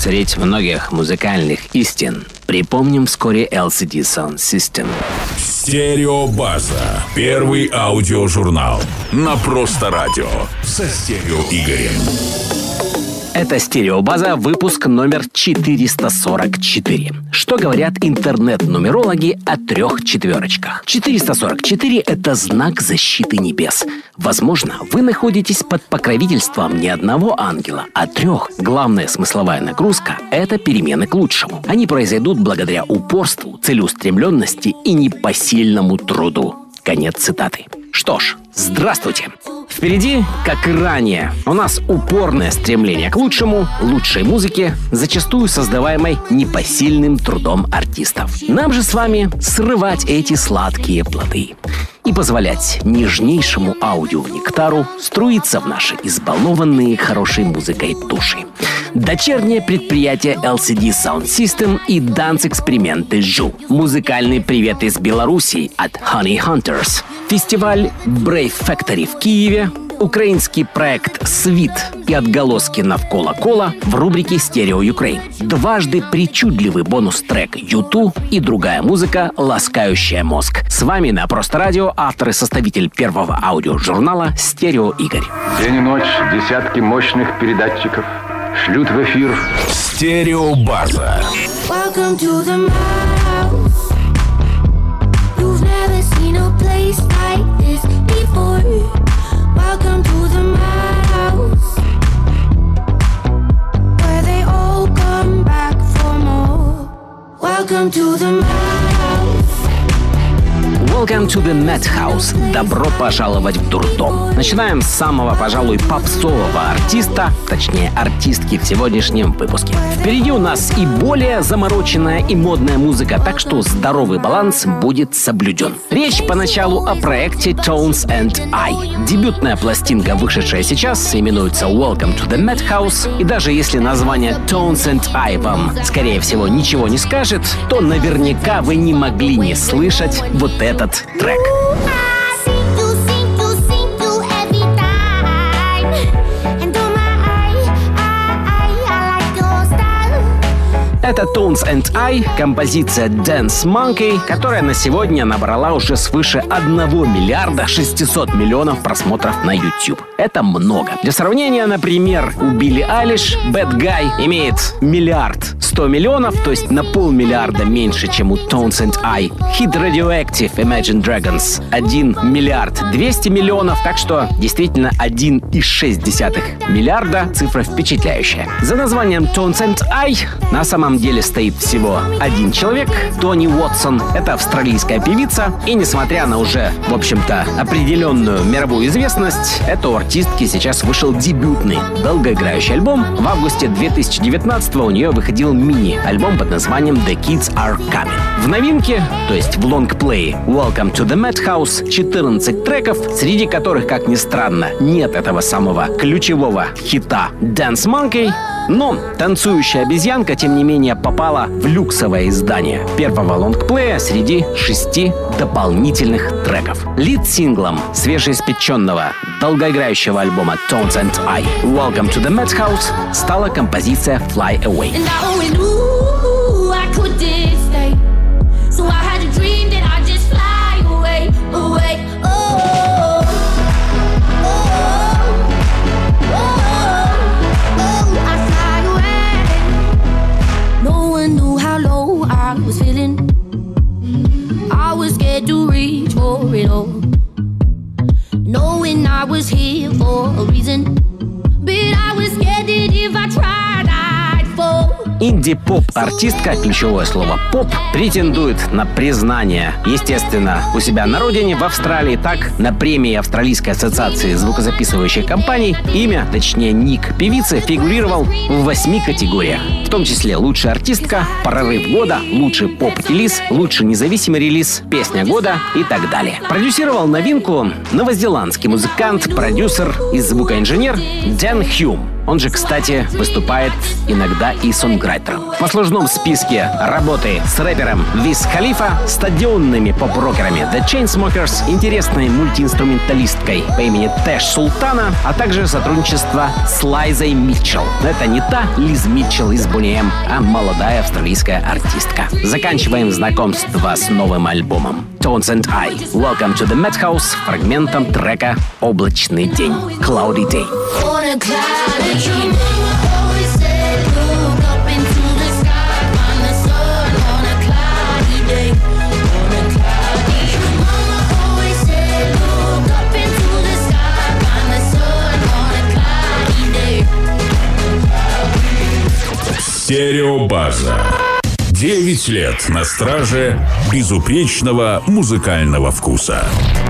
средь многих музыкальных истин. Припомним вскоре LCD Sound System. Стереобаза. Первый аудиожурнал на Просто радио со Стерео Игорем. Это «Стереобаза», выпуск номер 444. Что говорят интернет-нумерологи о 3 четверочках? 444 — это знак защиты небес. Возможно, вы находитесь под покровительством не одного ангела, а 3. Главная смысловая нагрузка — это перемены к лучшему. Они произойдут благодаря упорству, целеустремленности и непосильному труду. Конец цитаты. Что ж, здравствуйте! Впереди, как и ранее, у нас упорное стремление к лучшему, лучшей музыке, зачастую создаваемой непосильным трудом артистов. Нам же с вами срывать эти сладкие плоды и позволять нежнейшему аудионектару струиться в наши избалованные хорошей музыкой души. Дочернее предприятие LCD Sound System и данс-эксперименты Жу. Музыкальный привет из Беларуси от Honey Hunters. Фестиваль Brave Factory в Киеве. Украинский проект «Свит» и отголоски «Навколо кола» в рубрике «Стерео Ukraine». Дважды причудливый бонус-трек «Юту» и другая музыка, ласкающая мозг. С вами на Просто радио автор и составитель первого аудиожурнала «Стерео Игорь». День и ночь десятки мощных передатчиков шлют в эфир Стереобаза. Welcome to the house. You've never seen a place like this before. Welcome to the house, where they all come back for more. Welcome to the house. Welcome to the Madhouse. Добро пожаловать в дурдом. Начинаем с самого, пожалуй, попсового артиста, точнее артистки в сегодняшнем выпуске. Впереди у нас и более замороченная и модная музыка, так что здоровый баланс будет соблюден. Речь поначалу о проекте Tones and I. Дебютная пластинка, вышедшая сейчас, именуется Welcome to the Madhouse. И даже если название Tones and I вам, скорее всего, ничего не скажет, то наверняка вы не могли не слышать вот этот трек. Это Tones and I, композиция Dance Monkey, которая на сегодня набрала уже свыше 1 миллиарда 600 миллионов просмотров на YouTube. Это много. Для сравнения, например, у Билли Айлиш Bad Guy имеет 1 100 миллионов, то есть на 500 миллиона меньше, чем у Tones and I. Хит Radioactive Imagine Dragons 1 миллиард 200 миллионов, так что действительно 1,6 миллиарда, цифра впечатляющая. За названием Tones and I на самом деле стоит всего один человек, Тони Уотсон. Это австралийская певица, и несмотря на уже, в общем-то, определенную мировую известность, это у артистки сейчас вышел дебютный долгоиграющий альбом. В августе 2019-го у нее выходил мини-альбом под названием The Kids Are Coming. В новинке, то есть в лонгплее Welcome to the Madhouse, 14 треков, среди которых, как ни странно, нет этого самого ключевого хита Dance Monkey. Но танцующая обезьянка, тем не менее, попала в люксовое издание первого лонгплея среди 6 дополнительных треков. Лид-синглом свежеиспеченного долгоиграющего альбома Tones and I Welcome to the Madhouse стала композиция Fly Away. Was feeling I was scared to reach for it all, knowing I was here for a reason, but I was scared that if I tried I'd fall. Инди-поп-артистка, ключевое слово «поп», претендует на признание, естественно, у себя на родине, в Австралии, так, на премии Австралийской ассоциации звукозаписывающих компаний. Имя, точнее ник певицы, фигурировал в 8 категориях, в том числе лучшая артистка, прорыв года, лучший поп-релиз, лучший независимый релиз, песня года и так далее. Продюсировал новинку новозеландский музыкант, продюсер и звукоинженер Дэн Хьюм. Он же, кстати, выступает иногда и сонграйтером. В послужном списке работы с рэпером Wiz Khalifa, стадионными поп-рокерами The Chainsmokers, интересной мультиинструменталисткой по имени Тэш Султана, а также сотрудничество с Лайзой Митчелл. Но это не та Лиз Митчелл из Boney M, а молодая австралийская артистка. Заканчиваем знакомство с новым альбомом Tones and I. Welcome to the Madhouse фрагментом трека «Облачный день» Cloudy Day. Стереобаза. 9 лет на страже безупречного музыкального вкуса.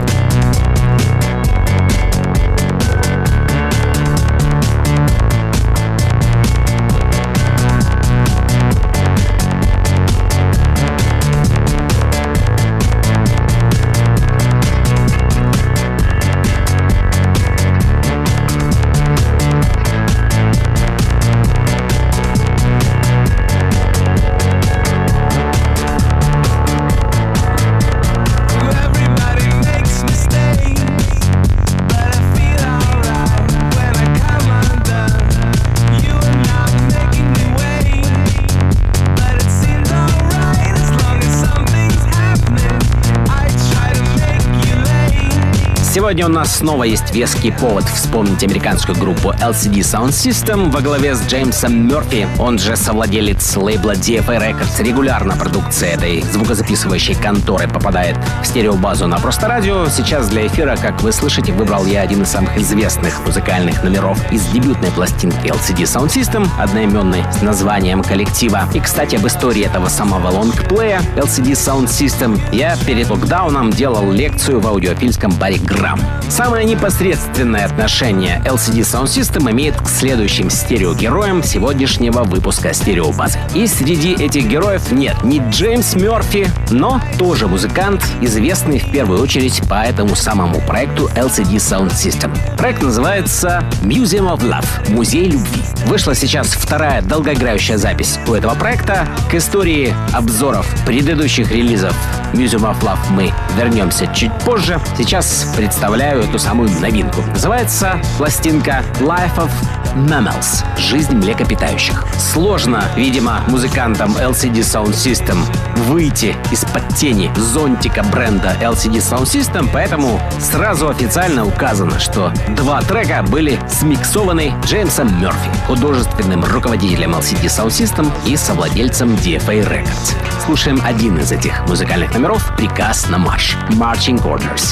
Сегодня у нас снова есть веский повод вспомнить американскую группу LCD Sound System во главе с Джеймсом Мёрфи, он же совладелец лейбла DFA Records. Регулярно продукция этой звукозаписывающей конторы попадает в стереобазу на Просто Радио. Сейчас для эфира, как вы слышите, выбрал я один из самых известных музыкальных номеров из дебютной пластинки LCD Sound System, одноименной с названием коллектива. И, кстати, об истории этого самого лонгплея LCD Sound System я перед локдауном делал лекцию в аудиофильском баре «Грамм». Самое непосредственное отношение LCD Sound System имеет к следующим стереогероям сегодняшнего выпуска стереобазы. И среди этих героев нет не Джеймс Мёрфи, но тоже музыкант, известный в первую очередь по этому самому проекту LCD Sound System. Проект называется Museum of Love — Музей любви. Вышла сейчас вторая долгоиграющая запись у этого проекта. К истории обзоров предыдущих релизов Museum of Love мы вернемся чуть позже. Сейчас представляю эту самую новинку. Называется пластинка Life of Mammals — Жизнь млекопитающих. Сложно, видимо, музыкантам LCD Sound System выйти из-под тени зонтика бренда LCD Sound System, поэтому сразу официально указано, что 2 трека были смиксованы Джеймсом Мёрфи, художественным руководителем LCD Sound System и совладельцем DFA Records. Слушаем один из этих музыкальных номеров «Приказ на марш» — Marching Orders.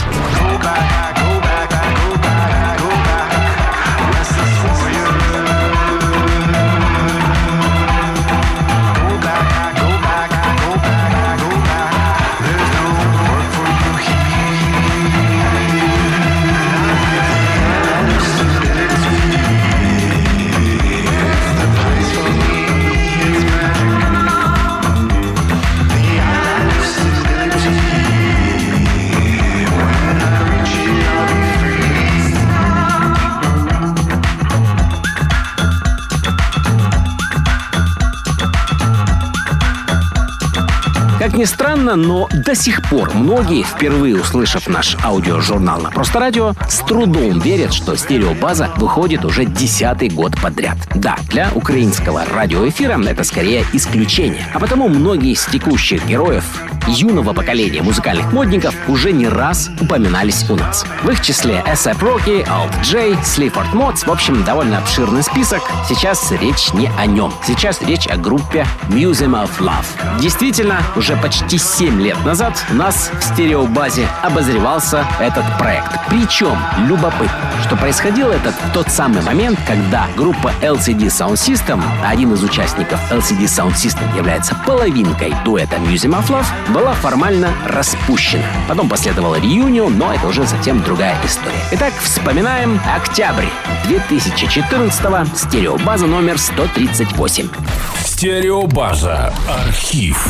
Как ни странно, но до сих пор многие, впервые услышав наш аудиожурнал на Просто Радио, с трудом верят, что стереобаза выходит уже 10-й год подряд. Да, для украинского радиоэфира это скорее исключение. А потому многие из текущих героев юного поколения музыкальных модников уже не раз упоминались у нас. В их числе A$AP Rocky, Alt J, Sleaford Mods, в общем, довольно обширный список. Сейчас речь не о нем. Сейчас речь о группе Museum of Love. Действительно, уже почти 7 лет назад у нас в стереобазе обозревался этот проект. Причем любопытно, что происходило это в тот самый момент, когда группа LCD Sound System, один из участников LCD Sound System является половинкой дуэта Museum of Love, была формально распущена. Потом последовал реюнион, но это уже совсем другая история. Итак, вспоминаем октябрь 2014-го, стереобаза номер 138. Стереобаза. Архив.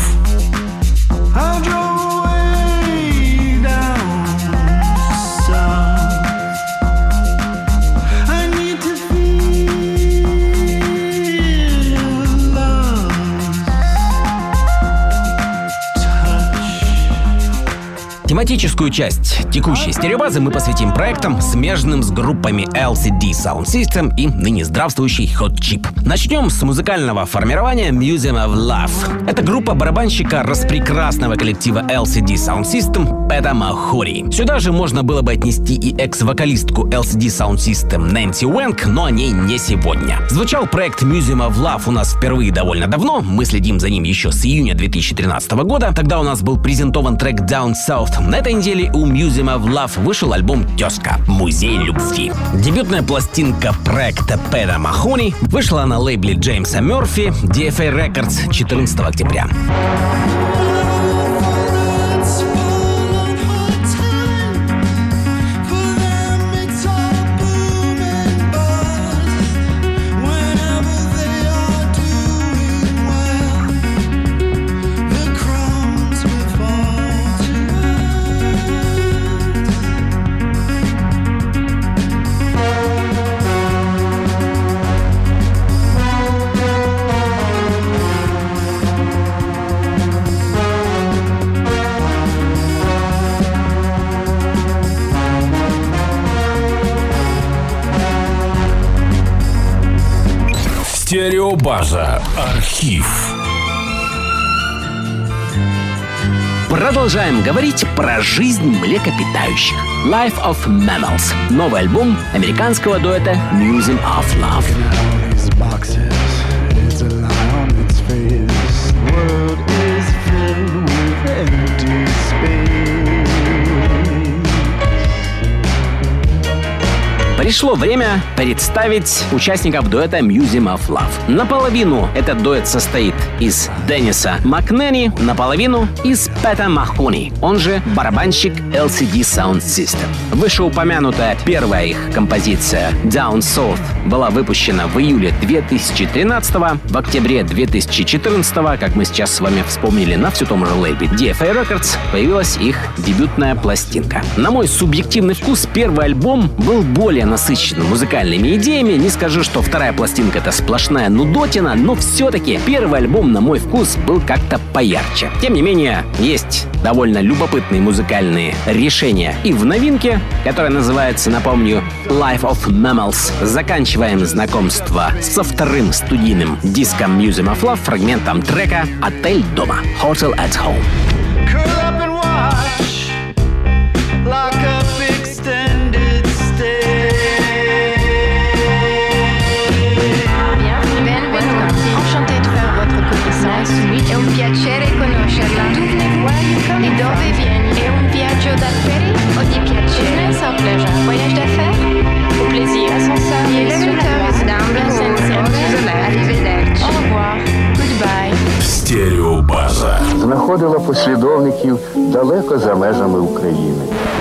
Тематическую часть текущей стереобазы мы посвятим проектам, смежным с группами LCD Sound System и ныне здравствующий Hot Chip. Начнем с музыкального формирования Museum of Love. Это группа барабанщика распрекрасного коллектива LCD Sound System Пэта Махори. Сюда же можно было бы отнести и экс-вокалистку LCD Sound System Нэнси Уэнг, но о ней не сегодня. Звучал проект Museum of Love у нас впервые довольно давно, мы следим за ним еще с июня 2013 года. Тогда у нас был презентован трек Down South. На этой неделе у Museum of Love вышел альбом «Тезка. Музей любви». Дебютная пластинка проекта Пэта Махори вышла на лейбле Джеймса Мерфи DFA Records 14 октября. Стереобаза. Архив. Продолжаем говорить про жизнь млекопитающих. Life of Mammals. Новый альбом американского дуэта Museum of Love. Пришло время представить участников дуэта Museum of Love. Наполовину этот дуэт состоит из Денниса Макнени, наполовину из Пэта Махори, он же барабанщик LCD Sound System. Вышеупомянутая первая их композиция Down South была выпущена в июле 2013, в октябре 2014, как мы сейчас с вами вспомнили, на все том же лейбле DFA Records появилась их дебютная пластинка. На мой субъективный вкус первый альбом был более насыщенным музыкальными идеями. Не скажу, что вторая пластинка — это сплошная нудотина, но все-таки первый альбом, на мой вкус, был как-то поярче. Тем не менее, есть довольно любопытные музыкальные решения и в новинке, которая называется, напомню, Life of Mammals. Заканчиваем знакомство со вторым студийным диском Museum of Love фрагментом трека «Отель дома» Hotel at Home. È un piacere conoscerla. E dove vieni? È un viaggio d'affaires o di piacere? Business or pleasure? Voyage d'affaires? Au plaisir. Ascenseur. Elevator. Down. Arrivederci. Au revoir. Goodbye. Стереобаза. Знаходила послідовників далеко за межами України.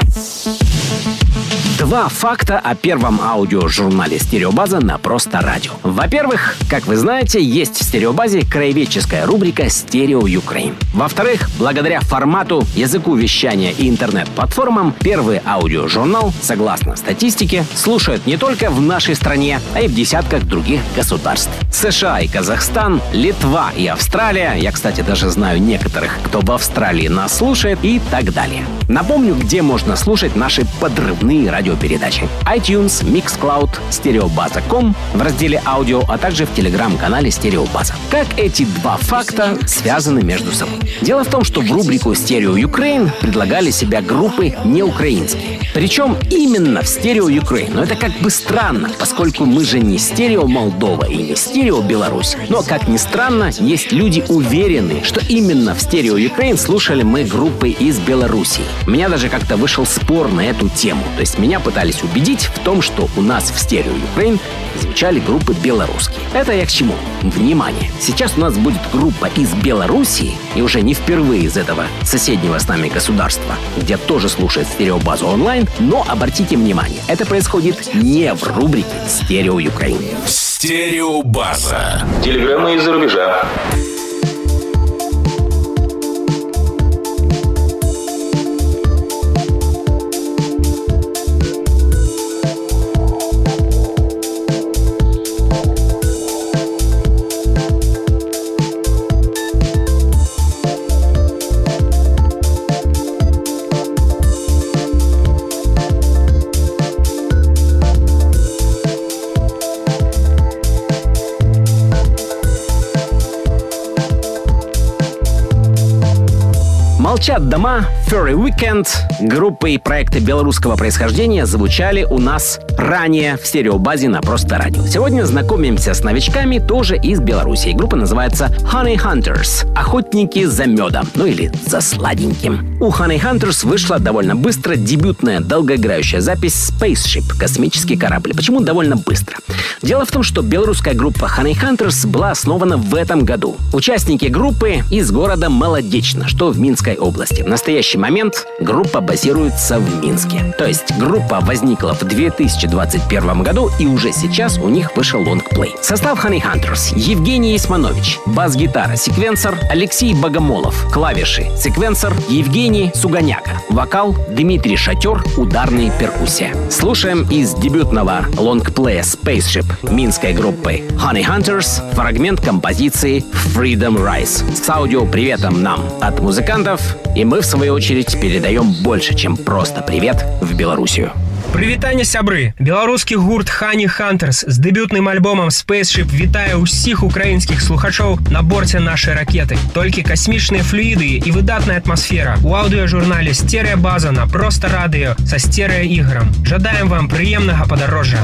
Два факта о первом аудиожурнале «Стереобаза» на Просто Радио. Во-первых, как вы знаете, есть в «Стереобазе» краеведческая рубрика «Стерео Ukraine». Во-вторых, благодаря формату, языку вещания и интернет-платформам, первый аудиожурнал, согласно статистике, слушают не только в нашей стране, а и в десятках других государств. США и Казахстан, Литва и Австралия, я, кстати, даже знаю некоторых, кто в Австралии нас слушает, и так далее. Напомню, где можно слушать наши подрывные радиопередачи. iTunes, Mixcloud, Стереобаза.com в разделе «Аудио», а также в телеграм-канале «Стереобаза». Как эти два факта связаны между собой? Дело в том, что в рубрику «Стерео Ukraine» предлагали себя группы неукраинские. Причем именно в «Стерео Ukraine». Но это как бы странно, поскольку мы же не «Стерео Молдова» и не «Стерео Беларусь». Но, как ни странно, есть люди уверенные, что именно в «Стерео Ukraine» слушали мы группы из Белоруссии. У меня даже как-то вышел спор на эту тему. То есть меня пытались убедить в том, что у нас в «Стерео Ukraine» звучали группы белорусские. Это я к чему? Внимание! Сейчас у нас будет группа из Белоруссии, и уже не впервые из этого соседнего с нами государства, где тоже слушает «Стереобазу» онлайн, но обратите внимание, это происходит не в рубрике «Стерео Ukraine». Стереобаза. Телеграммы из-за рубежа. Молчат дома, Furry Weekend, группы и проекты белорусского происхождения звучали у нас ранее в стереобазе на Просто Радио. Сегодня знакомимся с новичками тоже из Беларуси. Группа называется Honey Hunters, охотники за медом, ну или за сладеньким. У Honey Hunters вышла довольно быстро дебютная долгоиграющая запись Spaceship, космический корабль. Почему довольно быстро? Дело в том, что белорусская группа Honey Hunters была основана в этом году. Участники группы из города Молодечно, что в Минской области. В настоящий момент группа базируется в Минске. То есть группа возникла в 2021 году, и уже сейчас у них вышел лонгплей. Состав Honey Hunters: Евгений Исманович, бас-гитара, секвенсор Алексей Богомолов, клавиши, секвенсор Евгений Суганяка, вокал Дмитрий Шатер, ударные перкуссия. Слушаем из дебютного лонгплея Spaceship минской группы Honey Hunters фрагмент композиции Freedom Rise с аудиоприветом нам от музыкантов, и мы в свою очередь передаем больше, чем просто привет в Белоруссию. Прывітанне, сябры! Беларускі гурт Honey Hunters з дэбютным альбомам Spaceship вітае ўсіх украінскіх слухачоў на борце нашай ракеты. Толькі касмічныя флюіды і выдатная атмасфера у аўдыёжурнале «Стереобаза» на Просто Радио са стереоіграм. Жадаем вам прыемнага падарожжа.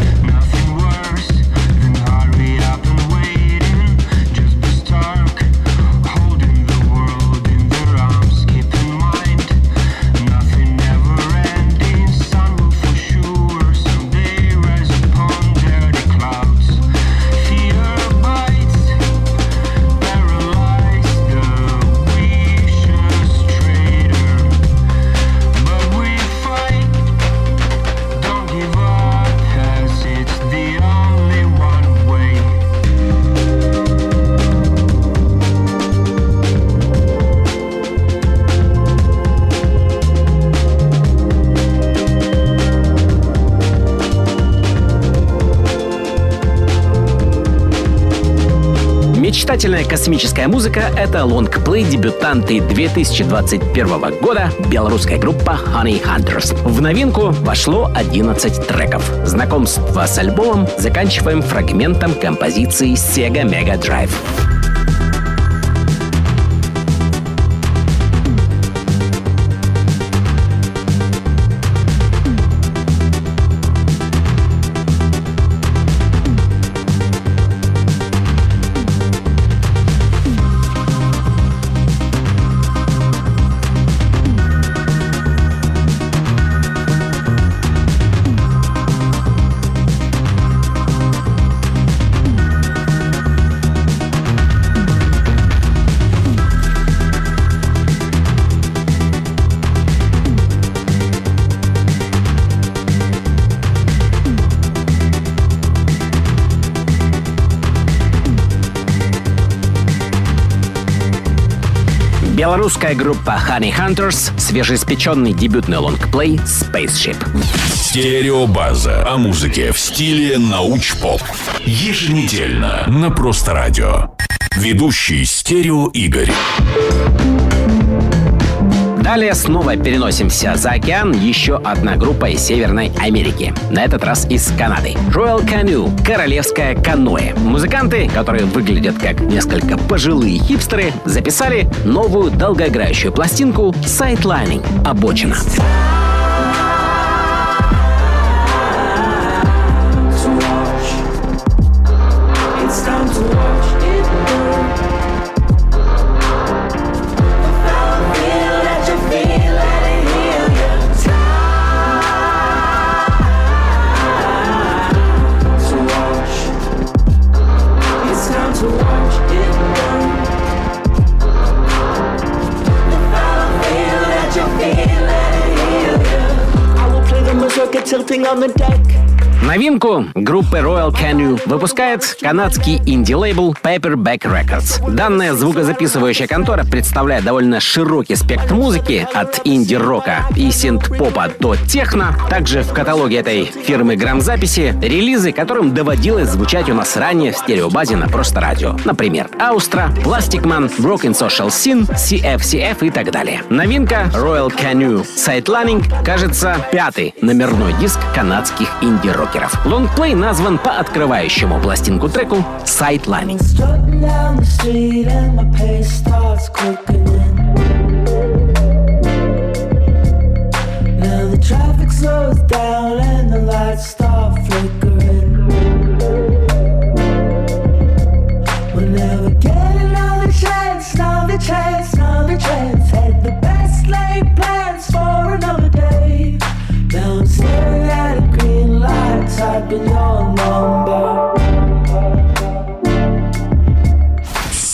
Мечтательная космическая музыка — это лонгплей дебютанты 2021 года белорусская группа Honey Hunters. В новинку вошло 11 треков. Знакомство с альбомом заканчиваем фрагментом композиции Sega Mega Drive. Белорусская группа Honey Hunters, свежеиспеченный дебютный лонгплей Spaceship. Стереобаза о музыке в стиле научпоп. Еженедельно на Просто Радио. Ведущий Стерео Игорь. Далее снова переносимся за океан. Еще одна группа из Северной Америки. На этот раз из Канады. Royal Canoe — королевское каноэ. Музыканты, которые выглядят как несколько пожилые хипстеры, записали новую долгоиграющую пластинку Sidelining — «Обочина». Новинку группы Royal Canoe выпускает канадский инди-лейбл Paperback Records. Данная звукозаписывающая контора представляет довольно широкий спектр музыки от инди-рока и синт-попа до техно. Также в каталоге этой фирмы грамзаписи релизы, которым доводилось звучать у нас ранее в стереобазе на Просто Радио. Например, Austro, Plastic Man, Broken Social Scene, CFCF и так далее. Новинка Royal Canoe Sidelining, кажется, 5-й номерной диск канадских инди-рокеров. Лонгплей назван по открывающему пластинку треку Sidelining.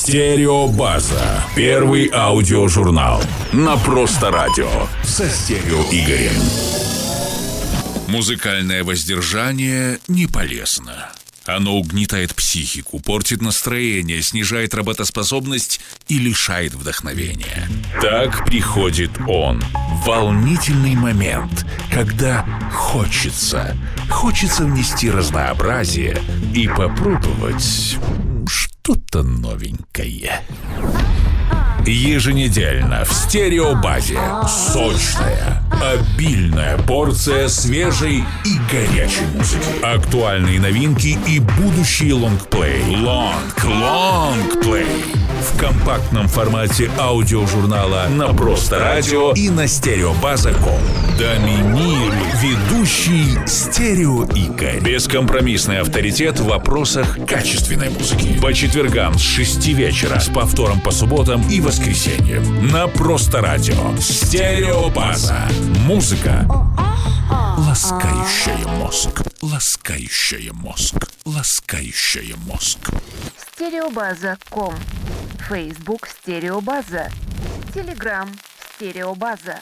Стереобаза. Первый аудиожурнал на Просто радио со Стерео Игорем. Музыкальное воздержание не полезно. Оно угнетает психику, портит настроение, снижает работоспособность и лишает вдохновения. Так приходит он. Волнительный момент, когда хочется внести разнообразие и попробовать что-то новенькое. Еженедельно в Стереобазе сочная, обильная порция свежей и горячей музыки. Актуальные новинки и будущий лонгплей. Лонгплей. В компактном формате аудиожурнала на Просто радио и на Стереобаза.ком. Доминирует ведущий Стерео Игорь. Бескомпромиссный авторитет в вопросах качественной музыки. По четвергам с 6 вечера, с повтором по субботам и воскресеньям. На Просто радио. Стереобаза. Музыка, ласкающая мозг. Ласкающая мозг. Ласкающая мозг. Стереобаза.ком. Facebook Стереобаза. Telegram Стереобаза.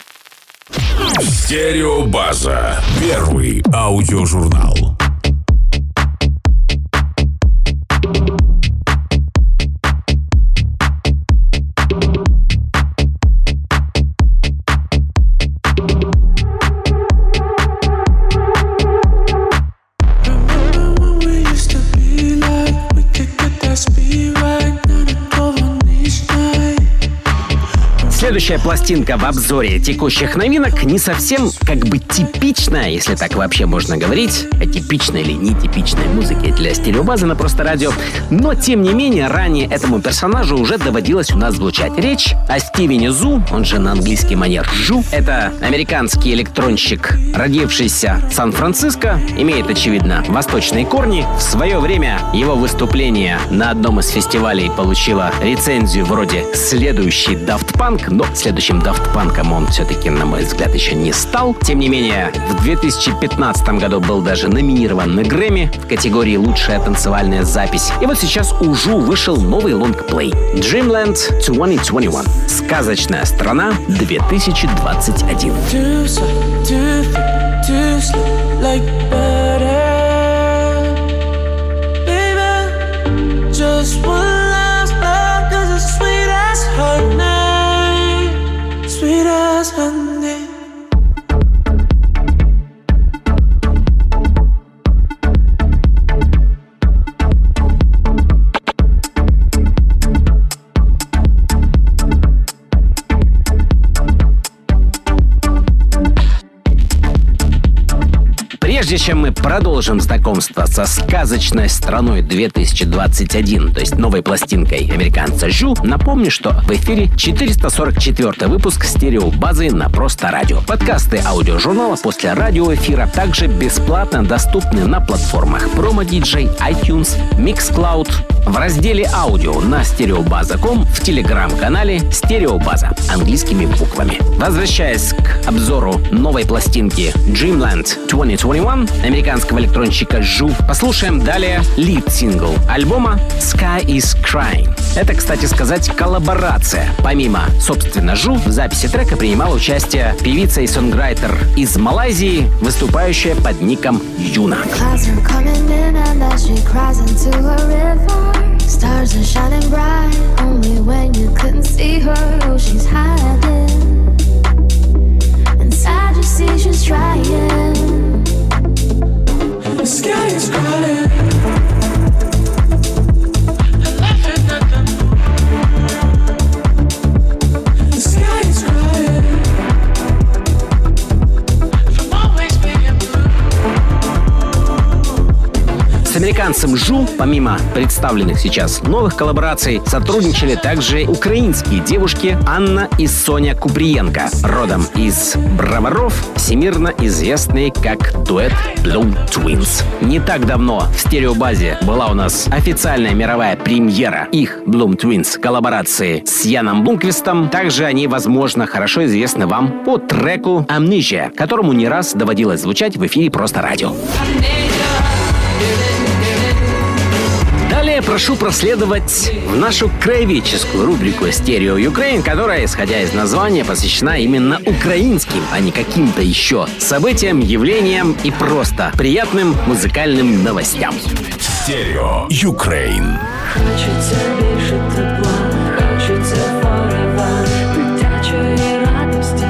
Стереобаза. Первый аудиожурнал. Следующая пластинка в обзоре текущих новинок не совсем типичная, если так вообще можно говорить, о типичной или нетипичной музыке для Стереобазы на Просто радио. Но, тем не менее, ранее этому персонажу уже доводилось у нас звучать. Речь о Стивене Зу, он же на английский манер Жу. Это американский электронщик, родившийся в Сан-Франциско, имеет, очевидно, восточные корни. В свое время его выступление на одном из фестивалей получило рецензию вроде «Следующий Daft Punk», но следующим Daft Punk'ом он все-таки, на мой взгляд, еще не стал. Тем не менее, в 2015 году был даже номинирован на Грэмми в категории «Лучшая танцевальная запись». И вот сейчас у Жу вышел новый лонгплей «Dreamland 2021». Сказочная страна 2021. Sweet as honey. Прежде чем мы продолжим знакомство со сказочной страной 2021, то есть новой пластинкой американца Жу, напомню, что в эфире 444 выпуск Стереобазы на Просто радио. Подкасты аудиожурнала после радиоэфира также бесплатно доступны на платформах Promo DJ, iTunes, Mixcloud, в разделе «Аудио» на Стереобаза.ком, в телеграм-канале «Стереобаза» английскими буквами. Возвращаясь к обзору новой пластинки Dreamland 2021 американского электронщика Жу, послушаем далее лид-сингл альбома Sky is Crying. Это, кстати сказать, коллаборация. Помимо, собственно, Жу, в записи трека принимала участие певица и сонграйтер из Малайзии, выступающая под ником Юна. Stars are shining bright, only when you couldn't see her. Oh, she's hiding inside your sea, she's trying. The sky is crying. The sky is crying. From always being blue. С американцем Жу, помимо представленных сейчас новых коллабораций, сотрудничали также украинские девушки Анна и Соня Куприенко, родом из Броваров, всемирно известные как дуэт Bloom Twins. Не так давно в Стереобазе была у нас официальная мировая премьера их Bloom Twins коллаборации с Яном Блумквистом. Также они, возможно, хорошо известны вам по треку «Amnesia», которому не раз доводилось звучать в эфире Просто радио. Далее прошу проследовать в нашу краеведческую рубрику «Стерео Юкрейн», которая, исходя из названия, посвящена именно украинским, а не каким-то еще событиям, явлениям и просто приятным музыкальным новостям. Стерео Юкрейн. Хочеться більше тепла, хочеться forever, дитячої радості.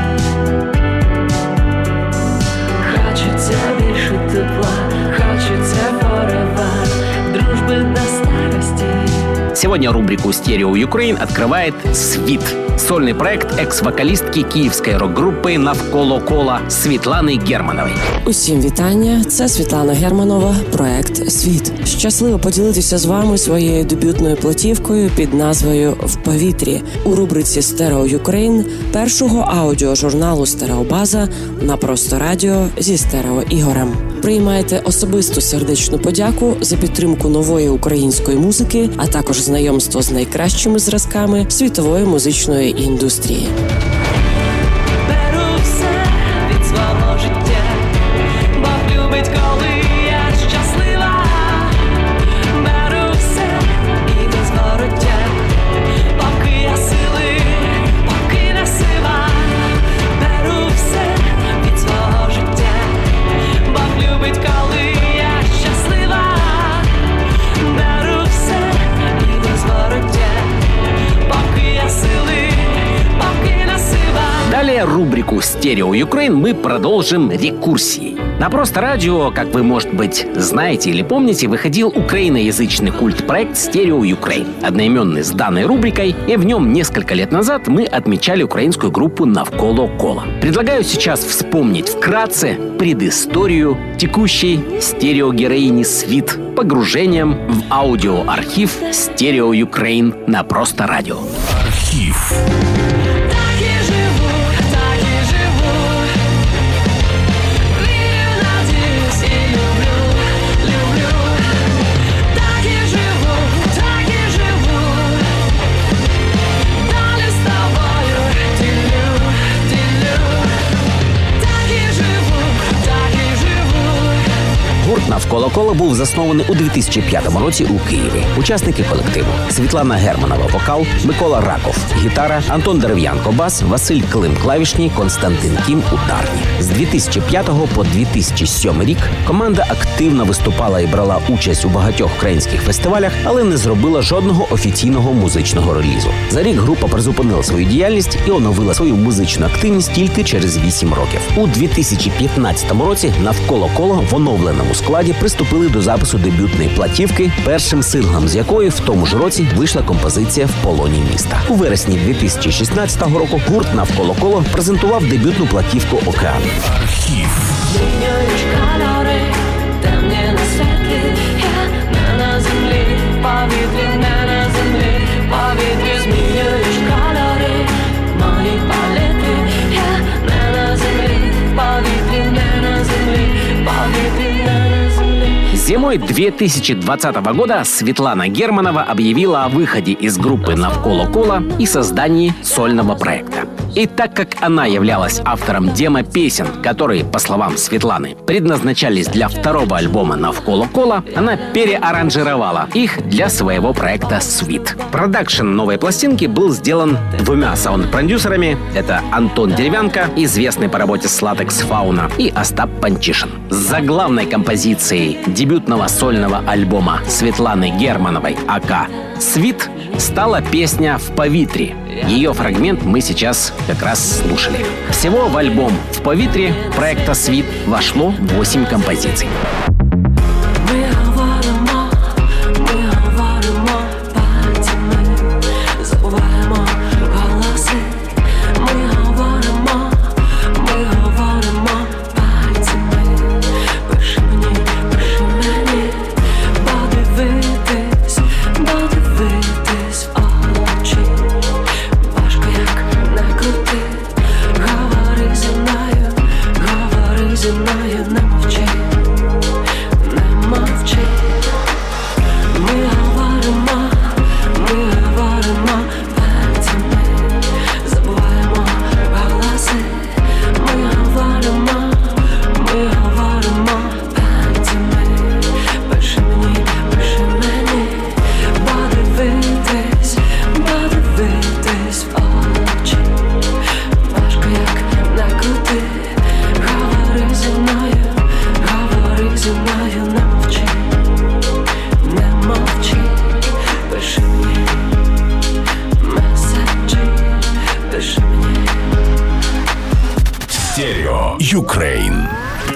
Хочеться більше тепла, хочеться forever, дружби до старости. Сегодня рубрику «Стерео Юкрейн» открывает «Свит». Сольный проект екс-вокалістки київської рок-групи «Навколо кола» Світлани Германової. Усім вітання, це Світлана Германова, проект «Світ». Щасливо поділитися з вами своєю дебютною платівкою під назвою «В повітрі» у рубриці «Стерео Юкрейн» першого аудіожурналу «Стереобаза» на Просто Радіо зі Стерео Ігорем. Приймайте особисту сердечну подяку за підтримку нової української музики, а також знайомство з найкращими зразками світової музичної індустрії. Беру все від свого життя, Бог любить, коли я щаслива. Беру все і без вороття, поки я сили, поки не сива. Беру все від свого життя, Бог любить, коли я щаслива. Беру все і без вороття, поки я сили, поки не сива. Далее рубрику «Стерео Юкрейн» мы продолжим рекурсией. На Просто Радио, как вы, может быть, знаете или помните, выходил украиноязычный культ-проект «Стерео Юкрейн», одноименный с данной рубрикой, и в нем несколько лет назад мы отмечали украинскую группу «Навколо кола». Предлагаю сейчас вспомнить вкратце предысторию текущей стереогероини «Свит» погружением в аудиоархив «Стерео Юкрейн» на Просто Радио. Архив. Так і живу, так і живу. Вірю, надіюсь і люблю, люблю. Так і живу, так і живу. Далі з тобою ділю, ділю. Так і живу, так і живу. Гурт «Навколо кола» був заснований у 2005 році у Києві. Учасники колективу: Світлана Германова – вокал, Микола Раков – гітара, Антон Дерев'янко – бас, Василь Клим – клавішні, Константин Кім – ударні. З 2005 по 2007 рік команда активно виступала і брала участь у багатьох українських фестивалях, але не зробила жодного офіційного музичного релізу. За рік група призупинила свою діяльність і оновила свою музичну активність тільки через 8 років. У 2015 році «Навколо кола» в оновленому складі приступили до запису дебютної платівки, першим синглом з якої в тому ж році вийшла композиція «В полоні міста». У вересні 2016 року гурт «Навколо кола» презентував дебютну платівку «Океан». Архив. Змінюєш кольори, темні на світлі. Я не на землі, повітрі, не на землі, повітрі. Змінюєш кольори, мої палітри. Я не на землі, повітрі, не на землі, повітрі, не на землі. Зимой 2020 года Светлана Германова объявила о выходе из группы «Навколо кола» и создании сольного проекта. И так как она являлась автором демо-песен, которые, по словам Светланы, предназначались для второго альбома «Навколо кола», она переаранжировала их для своего проекта «Свит». Продакшн новой пластинки был сделан двумя саунд-продюсерами. Это Антон Деревянко, известный по работе с Latex Fauna, и Остап Панчишин. Заглавной композицией дебютного сольного альбома Светланы Германовой «АК Свит» стала песня «В повітрі». Ее фрагмент мы сейчас как раз слушали. Всего в альбом «В повітрі» проекта «Свит» вошло 8 композиций. Ми говоримо пальцями, забуваємо голоси. Ми говоримо пальцями. Пиши мені, подивитись в очі. Важко як не крути, говори зі мною, не мовчи. Stereo Ukraine.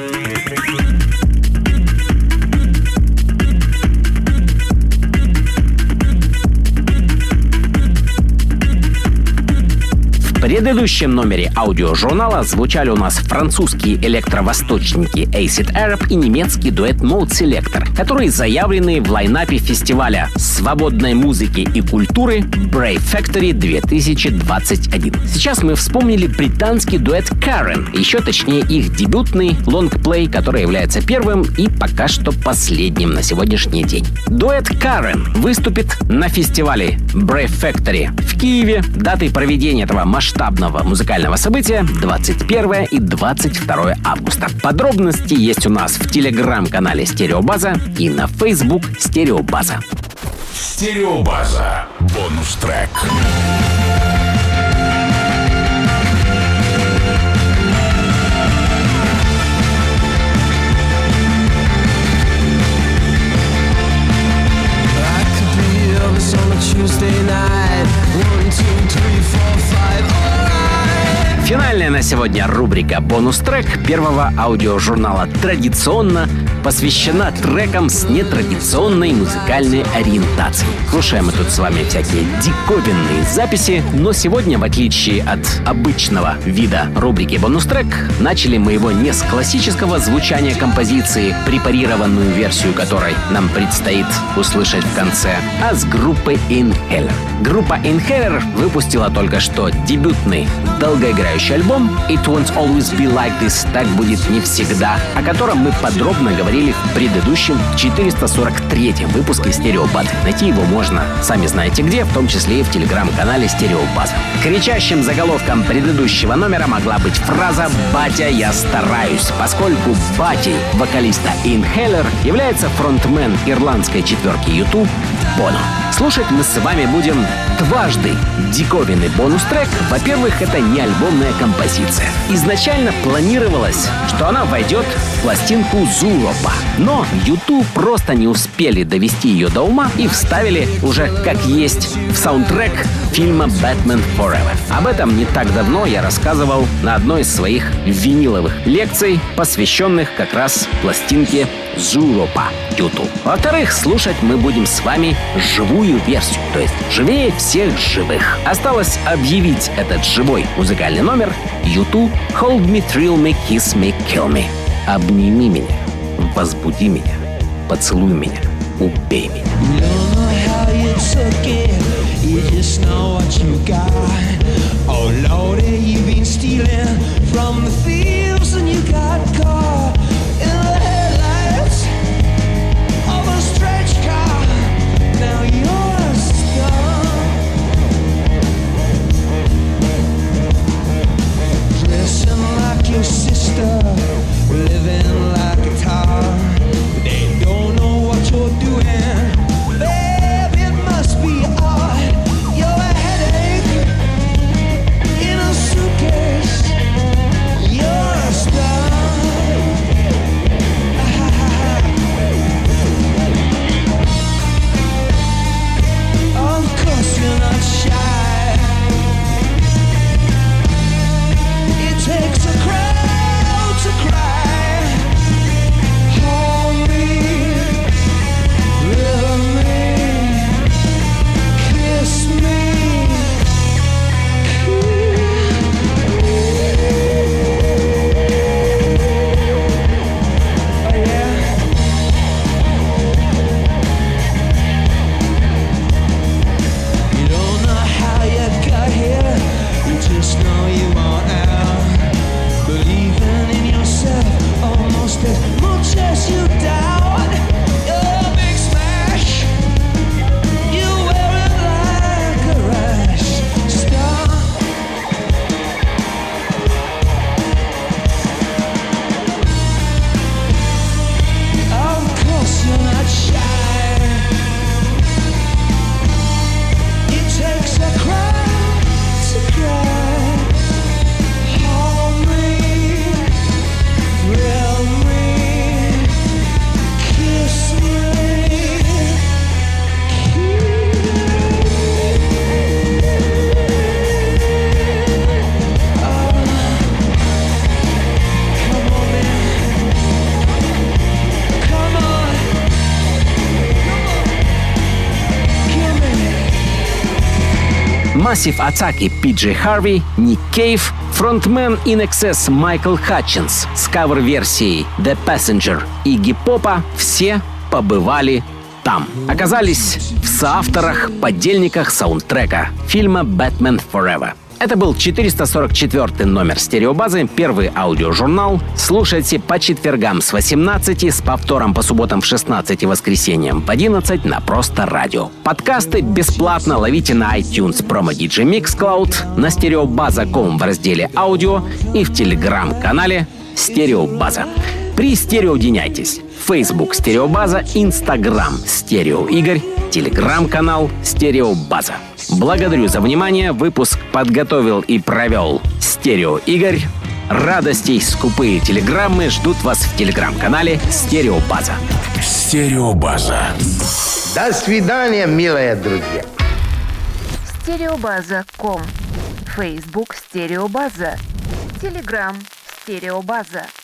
В предыдущем номере аудиожурнала звучали у нас французские электровосточники Acid Arab и немецкий дуэт Mode Selector, которые заявлены в лайнапе фестиваля свободной музыки и культуры Brave Factory 2021. Сейчас мы вспомнили британский дуэт Karen, еще точнее их дебютный лонгплей, который является первым и пока что последним на сегодняшний день. Дуэт Karen выступит на фестивале Brave Factory в Киеве. Даты проведения этого масштабного музыкального события 21 и 22 августа. Подробности есть у нас в телеграм-канале Стереобаза и на Facebook Стереобаза. Стереобаза. Бонус-трек. Финальная на сегодня рубрика «Бонус-трек» первого аудиожурнала традиционно посвящена трекам с нетрадиционной музыкальной ориентацией. Слушаем мы тут с вами всякие диковинные записи, но сегодня, в отличие от обычного вида рубрики «Бонус-трек», начали мы его не с классического звучания композиции, препарированную версию которой нам предстоит услышать в конце, а с группы Inhaler. Группа Inhaler выпустила только что дебютный долгоиграющий альбом «It Won't Always Be Like This», «Так будет не всегда», о котором мы подробно говорили в предыдущем 443-м выпуске «Стереобазы». Найти его можно, сами знаете где, в том числе и в телеграм-канале «Стереобаза». Кричащим заголовком предыдущего номера могла быть фраза «Батя, я стараюсь», поскольку батей вокалиста Inhaler является фронтмен ирландской четверки U2 Боно. Слушать мы с вами будем дважды диковинный бонус-трек. Во-первых, это не альбомная композиция. Изначально планировалось, что она войдет в пластинку Zooropa. Но U2 просто не успели довести ее до ума и вставили уже как есть в саундтрек фильма «Batman Forever». Об этом не так давно я рассказывал на одной из своих виниловых лекций, посвященных как раз пластинке Zooropa U2. Во-вторых, слушать мы будем с вами живую версию, то есть живее всех живых. Осталось объявить этот живой музыкальный номер U2 «Hold Me, Thrill Me, Kiss Me, Kill Me». Обними меня, возбуди меня, поцелуй меня, убей меня. Your sister, living like a tar. They don't know what you're doing. Babe, it must be all Massive Attack и PJ Harvey, Nick Cave, фронтмен In Excess Майкл Хатчинс с кавер-версией The Passenger Игги Попа все побывали там. Оказались в соавторах, подельниках саундтрека фильма «Batman Forever». Это был 444-й номер «Стереобазы», первый аудиожурнал. Слушайте по четвергам с 18, с повтором по субботам в 16 и воскресеньям в 11 на Просто Радио. Подкасты бесплатно ловите на iTunes, промо-DJ Mixcloud, на стереобаза.ком в разделе «Аудио» и в телеграм-канале «Стереобаза». Пристереодиняйтесь. Facebook «Стереобаза», Instagram «Стерео Игорь», телеграм-канал «Стереобаза». Благодарю за внимание. Выпуск подготовил и провел Стерео Игорь. Радостей скупые телеграммы ждут вас в телеграм-канале «Стереобаза». Стереобаза. До свидания, милые друзья. Стереобаза.ком. Facebook «Стереобаза». Телеграм «Стереобаза».